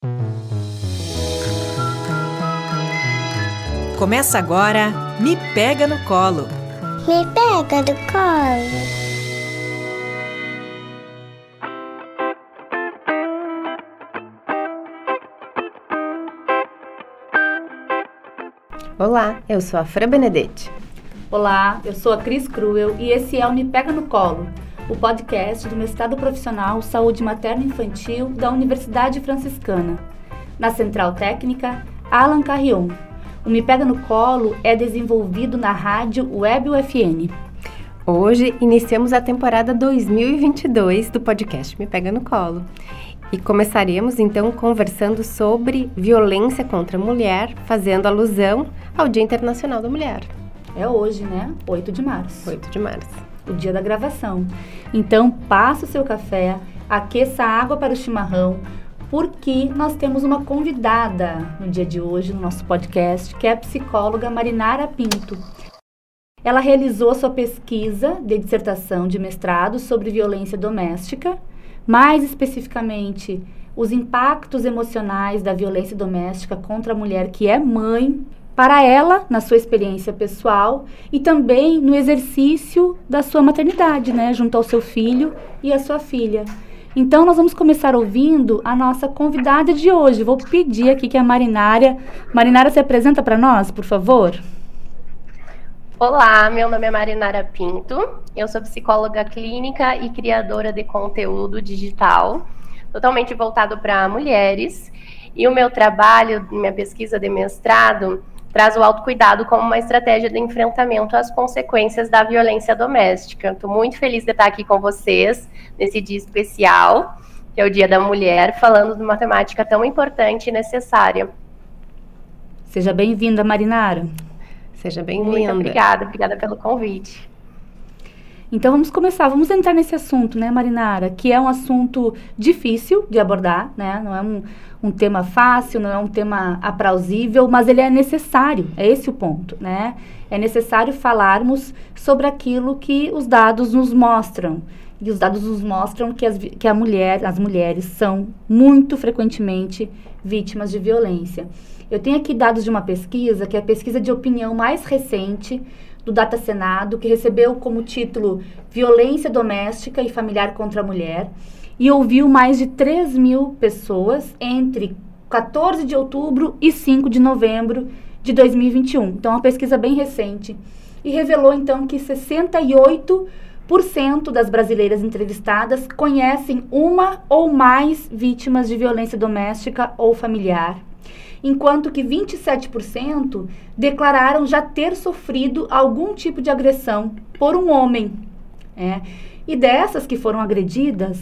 Começa agora, Me Pega no Colo. Me pega no colo. Olá, eu sou a Fran Benedetti. Olá, eu sou a Cris Cruel e esse é o Me Pega no Colo, o podcast do Mestrado Profissional Saúde Materno-Infantil da Universidade Franciscana. Na Central Técnica, Alan Carrion. O Me Pega no Colo é desenvolvido na rádio Web UFN. Hoje iniciamos a temporada 2022 do podcast Me Pega no Colo. E começaremos então conversando sobre violência contra a mulher, fazendo alusão ao Dia Internacional da Mulher. É hoje, né? 8 de março. 8 de março. O dia da gravação. Então, passa o seu café, aqueça a água para o chimarrão, porque nós temos uma convidada no dia de hoje no nosso podcast, que é a psicóloga Marinara Pinto. Ela realizou sua pesquisa de dissertação de mestrado sobre violência doméstica, mais especificamente os impactos emocionais da violência doméstica contra a mulher que é mãe, para ela, na sua experiência pessoal e também no exercício da sua maternidade, né, junto ao seu filho e à sua filha. Então, nós vamos começar ouvindo a nossa convidada de hoje. Vou pedir aqui que a Marinara se apresenta para nós, por favor. Olá, meu nome é Marinara Pinto, eu sou psicóloga clínica e criadora de conteúdo digital, totalmente voltado para mulheres, e o meu trabalho, minha pesquisa de mestrado, traz o autocuidado como uma estratégia de enfrentamento às consequências da violência doméstica. Estou muito feliz de estar aqui com vocês nesse dia especial, que é o Dia da Mulher, falando de uma temática tão importante e necessária. Seja bem-vinda, Marinara. Seja bem-vinda. Muito obrigada pelo convite. Então vamos entrar nesse assunto, né, Marinara, que é um assunto difícil de abordar, né, não é um tema fácil, não é um tema aprausível, mas ele é necessário, é esse o ponto, né, é necessário falarmos sobre aquilo que os dados nos mostram, e os dados nos mostram que as mulheres são muito frequentemente vítimas de violência. Eu tenho aqui dados de uma pesquisa, que é a pesquisa de opinião mais recente do Data Senado, que recebeu como título Violência Doméstica e Familiar contra a Mulher, e ouviu mais de 3.000 pessoas entre 14 de outubro e 5 de novembro de 2021. Então, é uma pesquisa bem recente. E revelou, então, que 68% das brasileiras entrevistadas conhecem uma ou mais vítimas de violência doméstica ou familiar, enquanto que 27% declararam já ter sofrido algum tipo de agressão por um homem. E dessas que foram agredidas,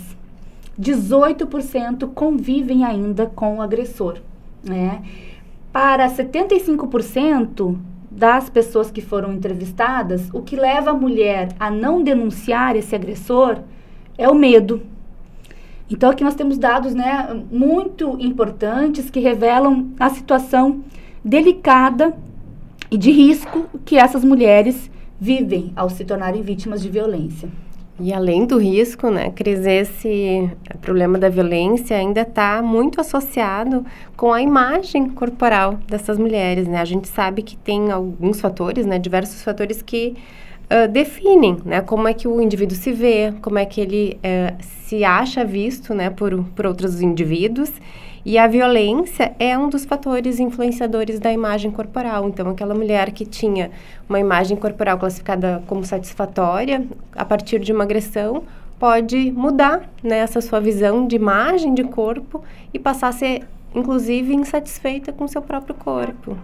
18% convivem ainda com o agressor. Para 75% das pessoas que foram entrevistadas, o que leva a mulher a não denunciar esse agressor é o medo. Então, aqui nós temos dados, né, muito importantes que revelam a situação delicada e de risco que essas mulheres vivem ao se tornarem vítimas de violência. E além do risco, né, Cris, esse problema da violência ainda está muito associado com a imagem corporal dessas mulheres, né? A gente sabe que tem alguns fatores, né, diversos fatores que definem, né, como é que o indivíduo se vê, como é que ele se acha visto, né, por outros indivíduos, e a violência é um dos fatores influenciadores da imagem corporal. Então, aquela mulher que tinha uma imagem corporal classificada como satisfatória, a partir de uma agressão, pode mudar, né, essa sua visão de imagem de corpo e passar a ser, inclusive, insatisfeita com o seu próprio corpo.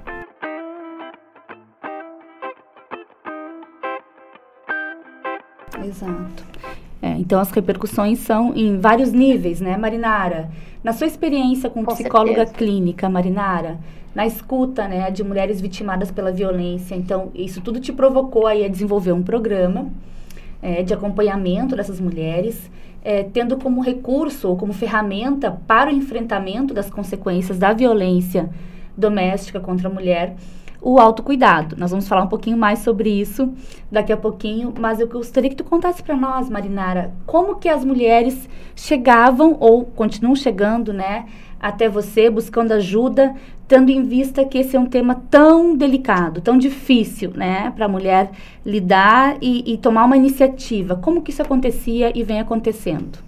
Exato. Então, as repercussões são em vários níveis, né, Marinara? Na sua experiência com psicóloga certeza. Clínica, Marinara, na escuta, né, de mulheres vitimadas pela violência, então, isso tudo te provocou aí a desenvolver um programa de acompanhamento dessas mulheres, tendo como recurso ou como ferramenta para o enfrentamento das consequências da violência doméstica contra a mulher, o autocuidado. Nós vamos falar um pouquinho mais sobre isso daqui a pouquinho, mas eu gostaria que tu contasse para nós, Marinara, como que as mulheres chegavam ou continuam chegando, né, até você buscando ajuda, tendo em vista que esse é um tema tão delicado, tão difícil, né, para a mulher lidar e tomar uma iniciativa? Como que isso acontecia e vem acontecendo?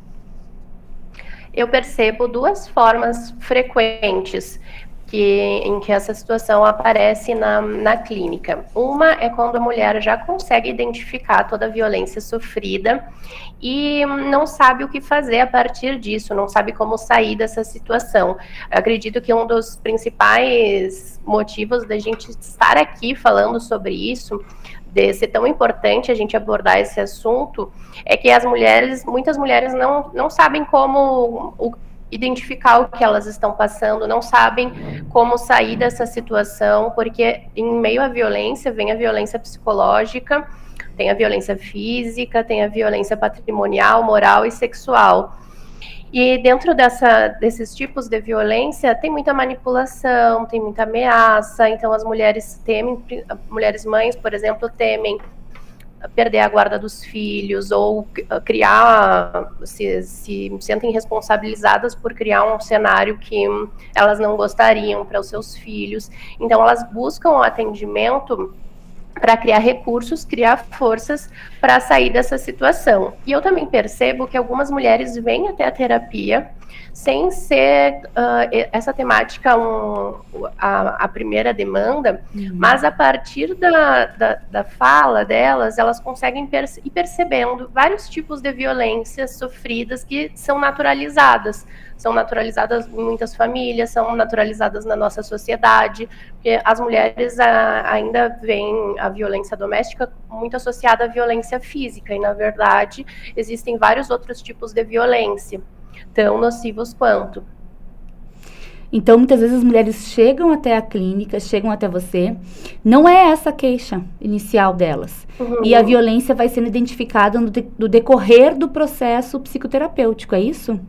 Eu percebo duas formas frequentes em que essa situação aparece na clínica. Uma é quando a mulher já consegue identificar toda a violência sofrida e não sabe o que fazer a partir disso, não sabe como sair dessa situação. Eu acredito que um dos principais motivos da gente estar aqui falando sobre isso, de ser tão importante a gente abordar esse assunto, é que muitas mulheres não sabem como identificar o que elas estão passando, não sabem como sair dessa situação, porque em meio à violência vem a violência psicológica, tem a violência física, tem a violência patrimonial, moral e sexual. E dentro desses tipos de violência tem muita manipulação, tem muita ameaça, então as mulheres temem, mulheres mães, por exemplo, temem perder a guarda dos filhos ou se sentem responsabilizadas por criar um cenário que elas não gostariam para os seus filhos. Então elas buscam o atendimento para criar recursos, criar forças para sair dessa situação. E eu também percebo que algumas mulheres vêm até a terapia sem ser essa temática a primeira demanda, mas a partir da fala delas, elas conseguem ir percebendo vários tipos de violências sofridas que são naturalizadas em muitas famílias, são naturalizadas na nossa sociedade, porque as mulheres ainda veem a violência doméstica muito associada à violência física, e na verdade existem vários outros tipos de violência, tão nocivos quanto. Então, muitas vezes as mulheres chegam até a clínica, chegam até você, não é essa a queixa inicial delas. E a violência vai sendo identificada no decorrer do processo psicoterapêutico, é isso?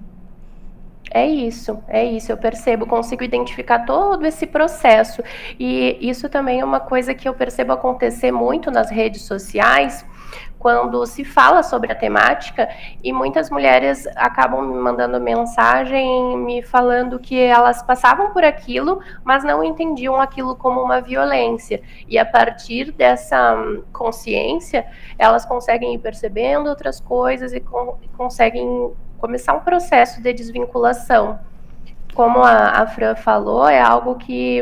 É isso, eu percebo, consigo identificar todo esse processo. E isso também é uma coisa que eu percebo acontecer muito nas redes sociais, quando se fala sobre a temática, e muitas mulheres acabam me mandando mensagem, me falando que elas passavam por aquilo, mas não entendiam aquilo como uma violência. E a partir dessa consciência, elas conseguem ir percebendo outras coisas e conseguem começar um processo de desvinculação. Como a Fran falou, é algo que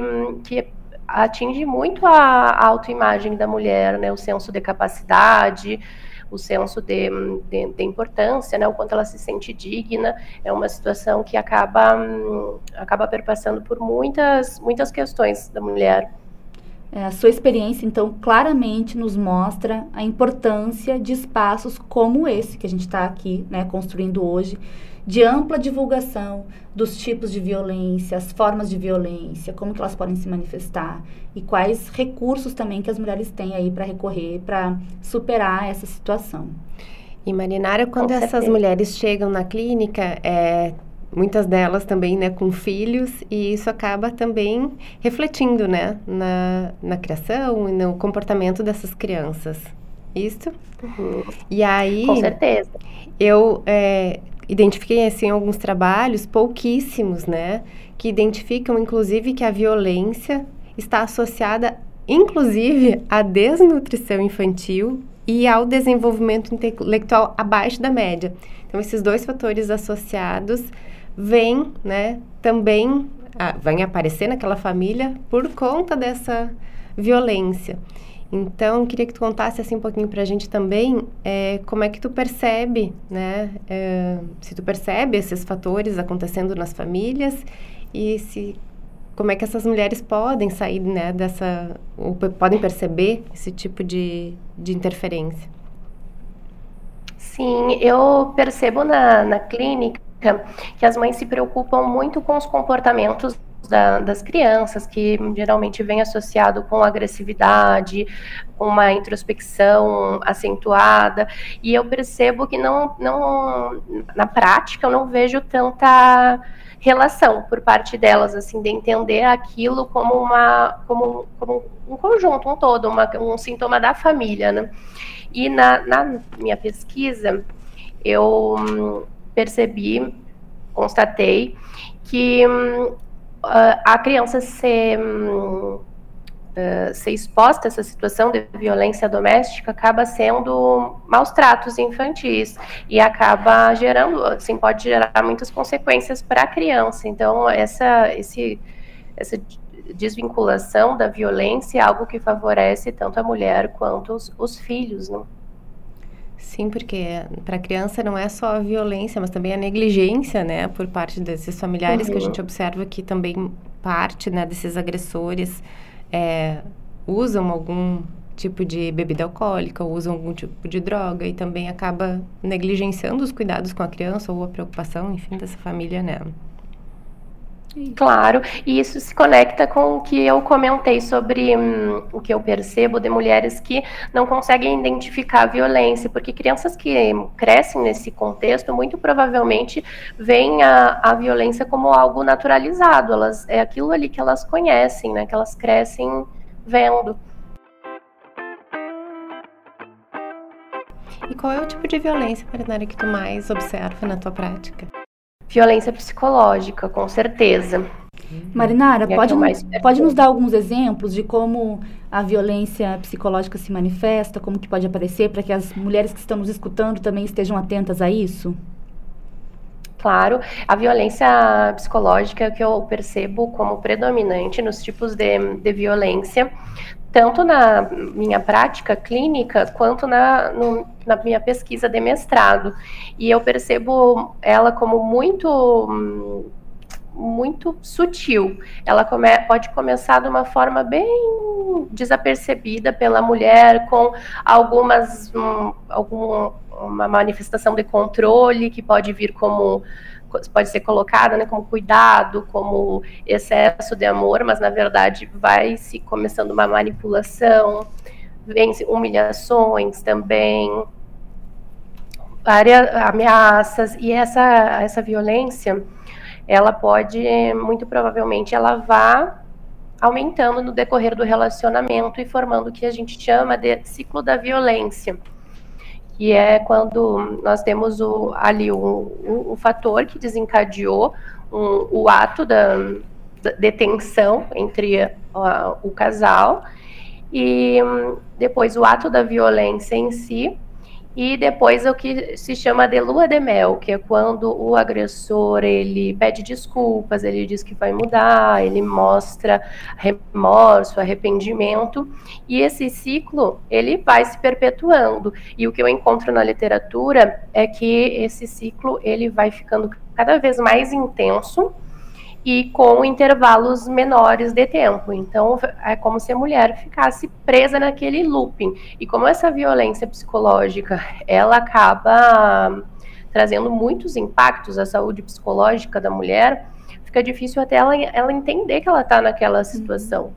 atinge muito a autoimagem da mulher, né? O senso de capacidade, o senso de importância, né? O quanto ela se sente digna. É uma situação que acaba perpassando por muitas questões da mulher. A sua experiência, então, claramente nos mostra a importância de espaços como esse que a gente está aqui, né, construindo hoje, de ampla divulgação dos tipos de violência, as formas de violência, como que elas podem se manifestar e quais recursos também que as mulheres têm aí para recorrer, para superar essa situação. E Marinara, quando essas mulheres chegam na clínica, muitas delas também, né, com filhos, e isso acaba também refletindo, né, na criação e no comportamento dessas crianças. Isso? E aí... Com certeza. Eu identifiquei, assim, alguns trabalhos, pouquíssimos, né, que identificam, inclusive, que a violência está associada, inclusive, à desnutrição infantil e ao desenvolvimento intelectual abaixo da média. Então, esses dois fatores associados vêm, né, também vêm aparecer naquela família por conta dessa violência. Então, queria que tu contasse assim um pouquinho pra gente também como é que tu percebe, né, se tu percebe esses fatores acontecendo nas famílias e como é que essas mulheres podem sair, né, ou podem perceber esse tipo de interferência. Sim, eu percebo na clínica que as mães se preocupam muito com os comportamentos das crianças, que geralmente vem associado com agressividade, com uma introspecção acentuada, e eu percebo que na prática eu não vejo tanta relação por parte delas, assim, de entender aquilo como um conjunto, um todo, um sintoma da família, né? E na minha pesquisa, eu percebi constatei que a criança ser exposta a essa situação de violência doméstica acaba sendo maus tratos infantis e acaba gerando, assim, pode gerar muitas consequências para a criança. Então, essa desvinculação da violência é algo que favorece tanto a mulher quanto os filhos, né? Sim, porque para a criança não é só a violência, mas também a negligência, né, por parte desses familiares, que a gente observa que também parte, né, desses agressores usam algum tipo de bebida alcoólica, ou usam algum tipo de droga, e também acaba negligenciando os cuidados com a criança, ou a preocupação, enfim, dessa família, né? Claro, e isso se conecta com o que eu comentei sobre o que eu percebo de mulheres que não conseguem identificar a violência, porque crianças que crescem nesse contexto, muito provavelmente veem a violência como algo naturalizado, é aquilo ali que elas conhecem, né, que elas crescem vendo. E qual é o tipo de violência, Marinara, que tu mais observa na tua prática? Violência psicológica, com certeza. Marinara, pode nos dar alguns exemplos de como a violência psicológica se manifesta, como que pode aparecer, para que as mulheres que estão nos escutando também estejam atentas a isso? Claro, a violência psicológica é o que eu percebo como predominante nos tipos de violência, tanto na minha prática clínica, quanto na minha pesquisa de mestrado. E eu percebo ela como muito sutil. Ela pode começar de uma forma bem desapercebida pela mulher, com uma manifestação de controle que pode vir pode ser colocada, né, como cuidado, como excesso de amor, mas na verdade vai se começando uma manipulação, vem humilhações também, várias ameaças, e essa violência, ela pode, muito provavelmente, ela vá aumentando no decorrer do relacionamento e formando o que a gente chama de ciclo da violência, que é quando nós temos o fator que desencadeou o ato da tensão entre o casal, e depois o ato da violência em si, e depois o que se chama de lua de mel, que é quando o agressor, ele pede desculpas, ele diz que vai mudar, ele mostra remorso, arrependimento, e esse ciclo, ele vai se perpetuando. E o que eu encontro na literatura é que esse ciclo, ele vai ficando cada vez mais intenso e com intervalos menores de tempo. Então, é como se a mulher ficasse presa naquele looping. E como essa violência psicológica, ela acaba trazendo muitos impactos à saúde psicológica da mulher, fica difícil até ela entender que ela está naquela situação.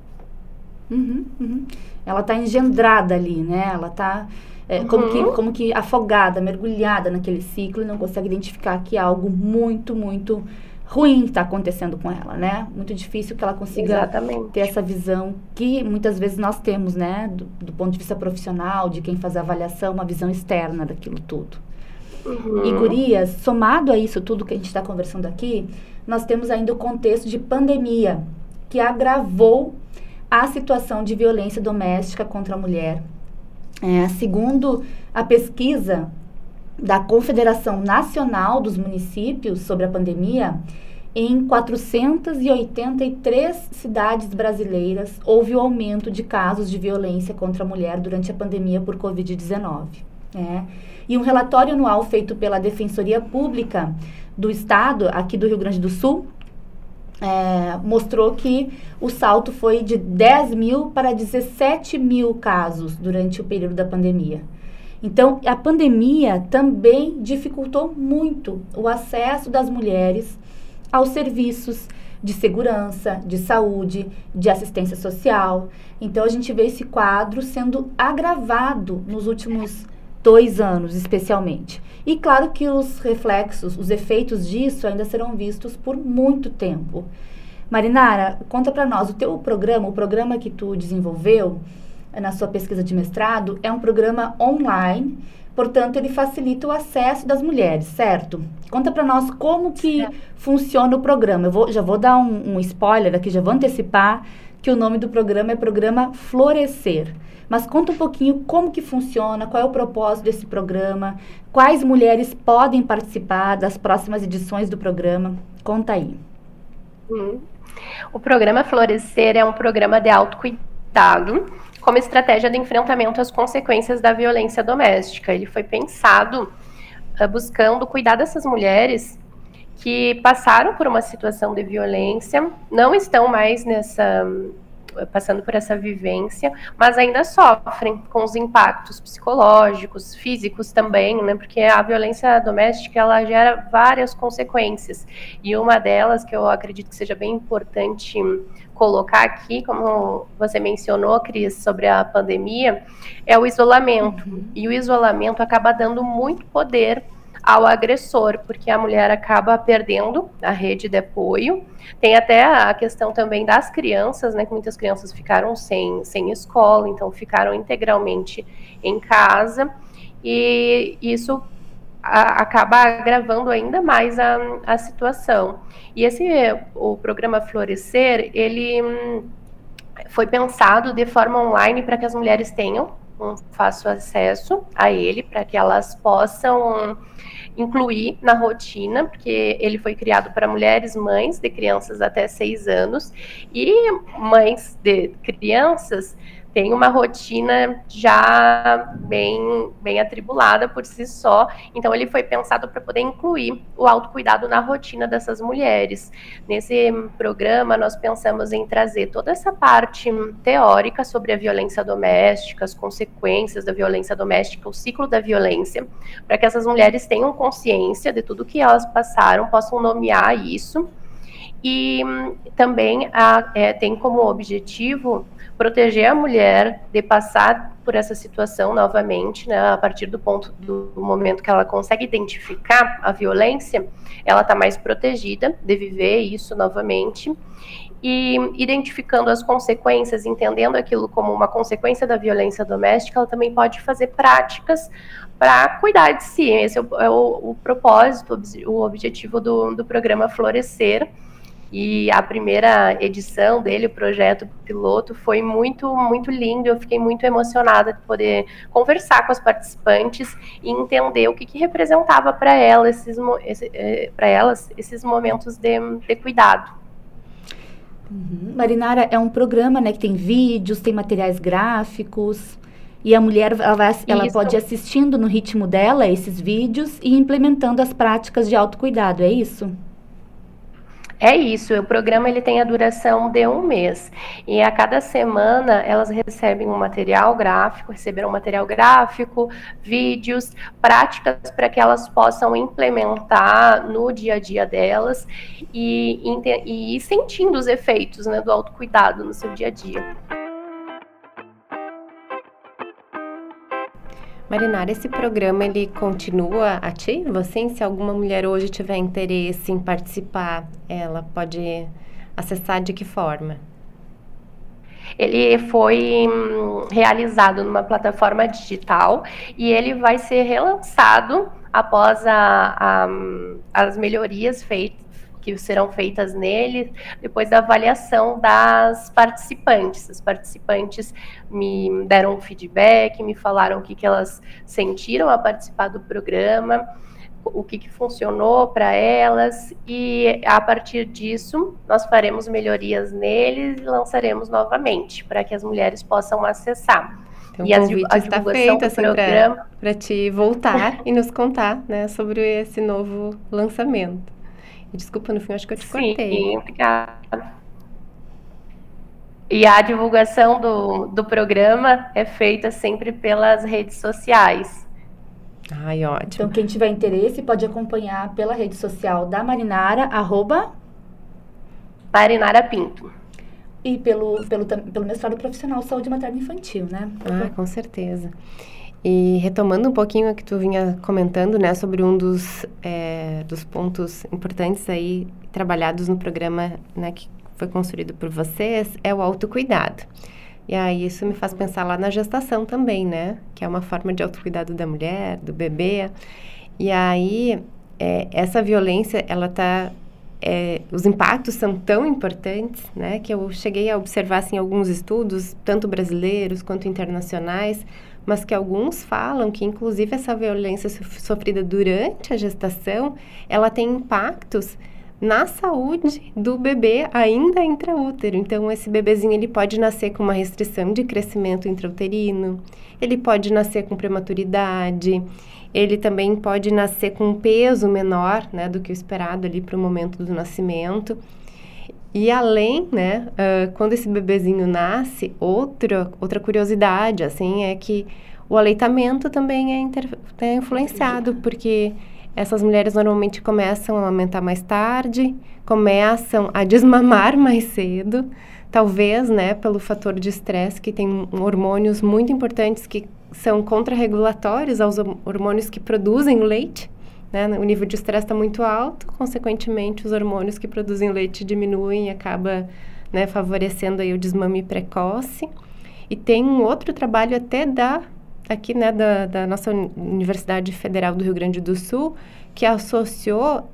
Ela está engendrada ali, né? Ela está como que afogada, mergulhada naquele ciclo, e não consegue identificar que algo muito, muito ruim está acontecendo com ela, né? Muito difícil que ela consiga ter essa visão que muitas vezes nós temos, né? Do ponto de vista profissional, de quem faz a avaliação, uma visão externa daquilo tudo. E, gurias, somado a isso tudo que a gente está conversando aqui, nós temos ainda o contexto de pandemia, que agravou a situação de violência doméstica contra a mulher. Segundo a pesquisa da Confederação Nacional dos Municípios sobre a pandemia, em 483 cidades brasileiras houve o aumento de casos de violência contra a mulher durante a pandemia por Covid-19. E um relatório anual feito pela Defensoria Pública do Estado, aqui do Rio Grande do Sul, mostrou que o salto foi de 10 mil para 17 mil casos durante o período da pandemia. Então, a pandemia também dificultou muito o acesso das mulheres aos serviços de segurança, de saúde, de assistência social. Então, a gente vê esse quadro sendo agravado nos últimos 2 anos, especialmente. E claro que os reflexos, os efeitos disso ainda serão vistos por muito tempo. Marinara, conta para nós, o programa que tu desenvolveu na sua pesquisa de mestrado, é um programa online portanto, ele facilita o acesso das mulheres, certo? Conta para nós como que funciona o programa. Já vou dar um spoiler aqui, já vou antecipar que o nome do programa é Programa Florescer. Mas conta um pouquinho como que funciona, qual é o propósito desse programa, quais mulheres podem participar das próximas edições do programa. Conta aí. O programa Florescer é um programa de autocuidado como estratégia de enfrentamento às consequências da violência doméstica. Ele foi pensado buscando cuidar dessas mulheres que passaram por uma situação de violência, não estão mais passando por essa vivência, mas ainda sofrem com os impactos psicológicos, físicos também, né? Porque a violência doméstica, ela gera várias consequências. E uma delas, que eu acredito que seja bem importante colocar aqui, como você mencionou, Cris, sobre a pandemia, é o isolamento. E o isolamento acaba dando muito poder ao agressor, porque a mulher acaba perdendo a rede de apoio. Tem até a questão também das crianças, né, que muitas crianças ficaram sem escola, então ficaram integralmente em casa, e isso acaba agravando ainda mais a situação. E o programa Florescer, ele foi pensado de forma online para que as mulheres tenham um fácil acesso a ele, para que elas possam incluir na rotina, porque ele foi criado para mulheres mães de crianças até 6 anos, e mães de crianças têm uma rotina já bem atribulada por si só. Então ele foi pensado para poder incluir o autocuidado na rotina dessas mulheres. Nesse programa nós pensamos em trazer toda essa parte teórica sobre a violência doméstica, as consequências da violência doméstica, o ciclo da violência, para que essas mulheres tenham consciência de tudo que elas passaram, possam nomear isso. E também tem como objetivo proteger a mulher de passar por essa situação novamente, né? A partir do momento que ela consegue identificar a violência, ela está mais protegida de viver isso novamente. E identificando as consequências, entendendo aquilo como uma consequência da violência doméstica, ela também pode fazer práticas para cuidar de si. Esse é o propósito, o objetivo do programa Florescer. E a primeira edição dele, o projeto piloto, foi muito, muito lindo. Eu fiquei muito emocionada de poder conversar com as participantes e entender o que representava para elas esses momentos de cuidado. Marinara, é um programa, né, que tem vídeos, tem materiais gráficos, e a mulher ela pode ir assistindo no ritmo dela esses vídeos e implementando as práticas de autocuidado, é isso? É isso, o programa ele tem a duração de 1 mês, e a cada semana elas receberam material gráfico, vídeos, práticas para que elas possam implementar no dia a dia delas e ir sentindo os efeitos, né, do autocuidado no seu dia a dia. Marinara, esse programa ele continua ativo? Assim, se alguma mulher hoje tiver interesse em participar, ela pode acessar de que forma? Ele foi realizado numa plataforma digital e ele vai ser relançado após as melhorias que serão feitas nele, depois da avaliação das participantes. As participantes me deram um feedback, me falaram o que elas sentiram ao participar do programa, o que funcionou para elas, e a partir disso nós faremos melhorias neles e lançaremos novamente, para que as mulheres possam acessar. Então, e o convite está feito assim, para te voltar e nos contar, né, sobre esse novo lançamento. Desculpa, no fim, acho que eu te cortei. Sim, obrigada. E a divulgação do programa é feita sempre pelas redes sociais. Ai, ótimo. Então, quem tiver interesse pode acompanhar pela rede social da Marinara, Marinara Pinto. E pelo mestrado profissional Saúde Materna e Infantil, né? Com certeza. E retomando um pouquinho o que tu vinha comentando, né, sobre um dos pontos importantes aí trabalhados no programa, né, que foi construído por vocês, é o autocuidado. E aí isso me faz pensar lá na gestação também, né? Que é uma forma de autocuidado da mulher, do bebê. E aí, essa violência, os impactos são tão importantes, né? Que eu cheguei a observar, assim, alguns estudos, tanto brasileiros quanto internacionais, mas que alguns falam que, inclusive, essa violência sofrida durante a gestação, ela tem impactos na saúde do bebê ainda intraútero. Então, esse bebezinho, ele pode nascer com uma restrição de crescimento intrauterino, ele pode nascer com prematuridade, ele também pode nascer com um peso menor, né, do que o esperado ali para o momento do nascimento. E além, né, quando esse bebezinho nasce, outra curiosidade, assim, é que o aleitamento também é influenciado, porque essas mulheres normalmente começam a amamentar mais tarde, começam a desmamar mais cedo, talvez, né, pelo fator de estresse, que tem hormônios muito importantes que são contrarregulatórios aos hormônios que produzem o leite, né? O nível de estresse está muito alto, consequentemente os hormônios que produzem leite diminuem e acaba, né, favorecendo aí o desmame precoce. E tem um outro trabalho até aqui, né, da nossa Universidade Federal do Rio Grande do Sul, que associou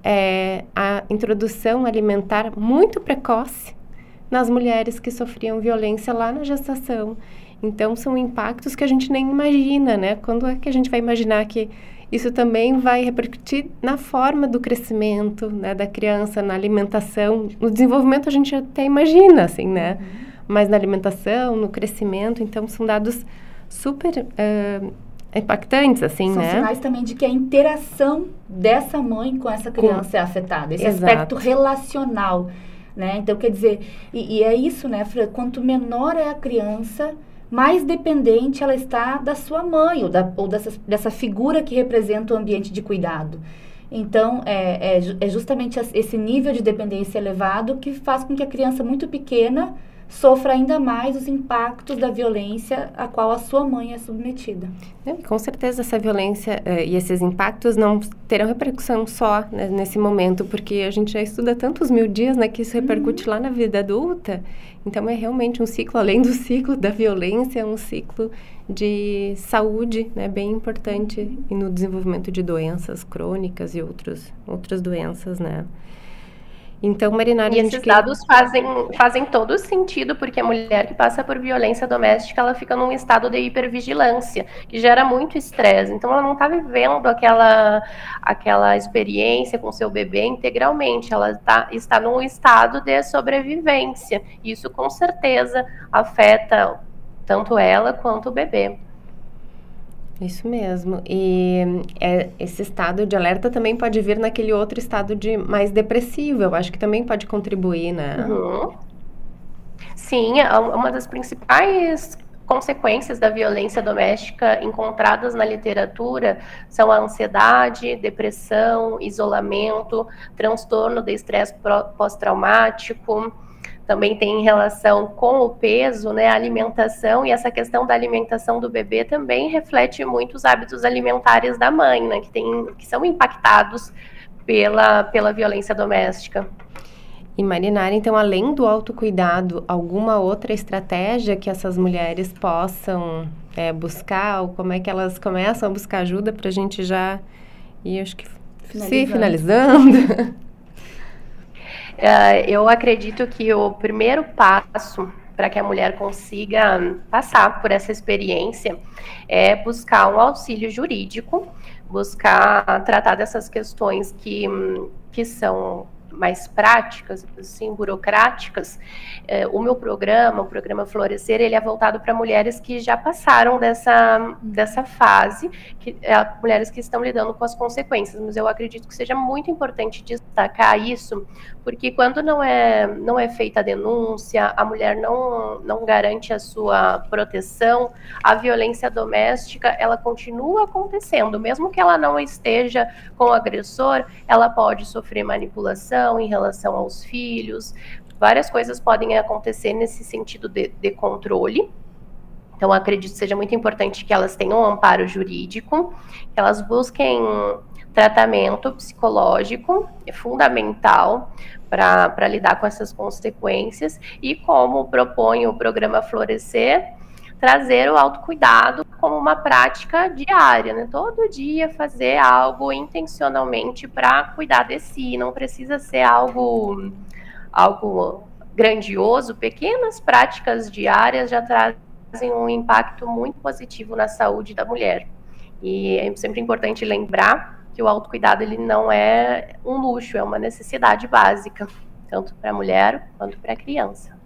a introdução alimentar muito precoce nas mulheres que sofriam violência lá na gestação. Então, são impactos que a gente nem imagina, né? Quando é que a gente vai imaginar que isso também vai repercutir na forma do crescimento, né, da criança, na alimentação? No desenvolvimento a gente até imagina, assim, né? Mas na alimentação, no crescimento, então são dados super impactantes, assim, São né? São sinais também de que a interação dessa mãe com essa criança é afetada. Esse Exato. aspecto relacional, né? Então, quer dizer, e é isso, né, Fran? Quanto menor é a criança, mais dependente ela está da sua mãe ou dessa figura que representa o ambiente de cuidado. Então, é justamente esse nível de dependência elevado que faz com que a criança muito pequena sofra ainda mais os impactos da violência a qual a sua mãe é submetida. Com certeza essa violência e esses impactos não terão repercussão só, né, nesse momento, porque a gente já estuda tantos mil dias, né, que isso repercute lá na vida adulta. Então é realmente um ciclo, além do ciclo da violência, é um ciclo de saúde, né, bem importante e no desenvolvimento de doenças crônicas e outras doenças, né. Então, Marinara, e esses dados fazem todo sentido, porque a mulher que passa por violência doméstica, ela fica num estado de hipervigilância, que gera muito estresse. Então, ela não está vivendo aquela experiência com seu bebê integralmente, ela está num estado de sobrevivência. Isso, com certeza, afeta tanto ela quanto o bebê. Isso mesmo. E esse estado de alerta também pode vir naquele outro estado de mais depressivo. Eu acho que também pode contribuir, né? Uhum. Sim, uma das principais consequências da violência doméstica encontradas na literatura são a ansiedade, depressão, isolamento, transtorno de estresse pós-traumático. Também tem relação com o peso, né, a alimentação, e essa questão da alimentação do bebê também reflete muito os hábitos alimentares da mãe, né, que são impactados pela violência doméstica. E Marinara, então, além do autocuidado, alguma outra estratégia que essas mulheres possam buscar, ou como é que elas começam a buscar ajuda para a gente já ir, acho que, finalizando? Eu acredito que o primeiro passo para que a mulher consiga passar por essa experiência é buscar um auxílio jurídico, buscar tratar dessas questões que são mais práticas, assim, burocráticas. O meu programa, o programa Florescer, ele é voltado para mulheres que já passaram dessa fase, mulheres que estão lidando com as consequências, mas eu acredito que seja muito importante destacar isso, porque quando não é feita a denúncia, a mulher não garante a sua proteção, a violência doméstica, ela continua acontecendo, mesmo que ela não esteja com o agressor, ela pode sofrer manipulação em relação aos filhos, várias coisas podem acontecer nesse sentido de controle. Então, acredito que seja muito importante que elas tenham um amparo jurídico, que elas busquem tratamento psicológico, é fundamental, para lidar com essas consequências, e como propõe o programa Florescer, trazer o autocuidado como uma prática diária, né? Todo dia fazer algo intencionalmente para cuidar de si, não precisa ser algo grandioso, pequenas práticas diárias já trazem um impacto muito positivo na saúde da mulher. E é sempre importante lembrar que o autocuidado ele não é um luxo, é uma necessidade básica, tanto para a mulher quanto para a criança.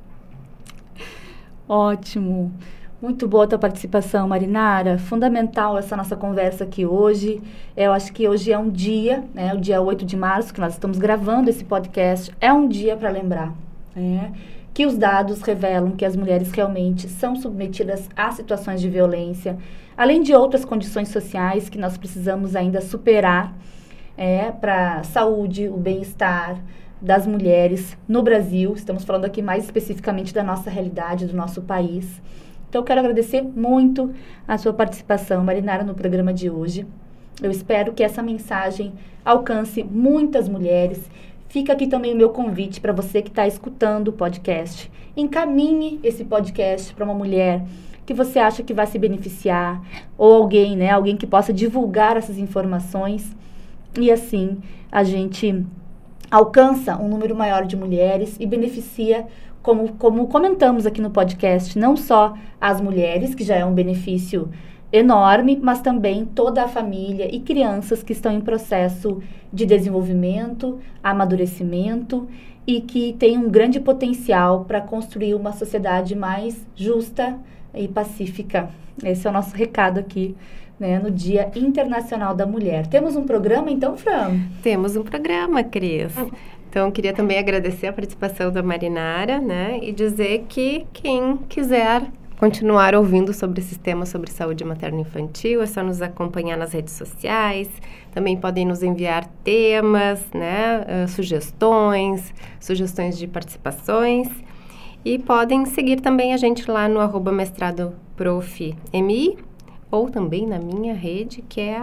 Ótimo. Muito boa a tua participação, Marinara. Fundamental essa nossa conversa aqui hoje. Eu acho que hoje é um dia, né, o dia 8 de março, que nós estamos gravando esse podcast, é um dia para lembrar, né, que os dados revelam que as mulheres realmente são submetidas a situações de violência, além de outras condições sociais que nós precisamos ainda superar para a saúde, o bem-estar das mulheres no Brasil. Estamos falando aqui mais especificamente da nossa realidade, do nosso país. Então, eu quero agradecer muito a sua participação, Marinara, no programa de hoje. Eu espero que essa mensagem alcance muitas mulheres. Fica aqui também o meu convite para você que está escutando o podcast. Encaminhe esse podcast para uma mulher que você acha que vai se beneficiar, ou alguém, né, alguém que possa divulgar essas informações. E assim, a gente alcança um número maior de mulheres e beneficia, como comentamos aqui no podcast, não só as mulheres, que já é um benefício enorme, mas também toda a família e crianças que estão em processo de desenvolvimento, amadurecimento e que tem um grande potencial para construir uma sociedade mais justa e pacífica. Esse é o nosso recado aqui, né, no Dia Internacional da Mulher. Temos um programa, então, Fran? Temos um programa, Cris. Então, queria também agradecer a participação da Marinara, né, e dizer que quem quiser continuar ouvindo sobre esse tema sobre saúde materno-infantil, é só nos acompanhar nas redes sociais. Também podem nos enviar temas, né, sugestões de participações. E podem seguir também a gente lá no @mestradoprofmi, ou também na minha rede, que é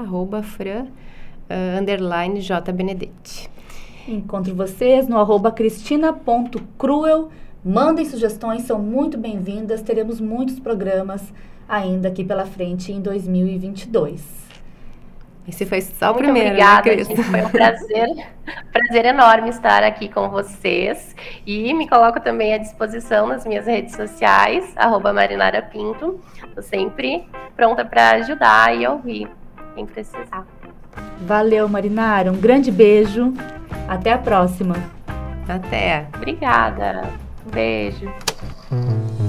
@Fran_JBenedetti. Encontro vocês no @Cristina.cruel. Mandem sugestões, são muito bem-vindas. Teremos muitos programas ainda aqui pela frente em 2022. Esse foi só o muito primeiro, obrigada, né, Cris? gente. Foi um prazer enorme estar aqui com vocês. E me coloco também à disposição nas minhas redes sociais, @MarinaraPinto. Estou sempre pronta para ajudar e ouvir quem precisar. Valeu, Marinara. Um grande beijo. Até a próxima. Até. Obrigada. Beijo.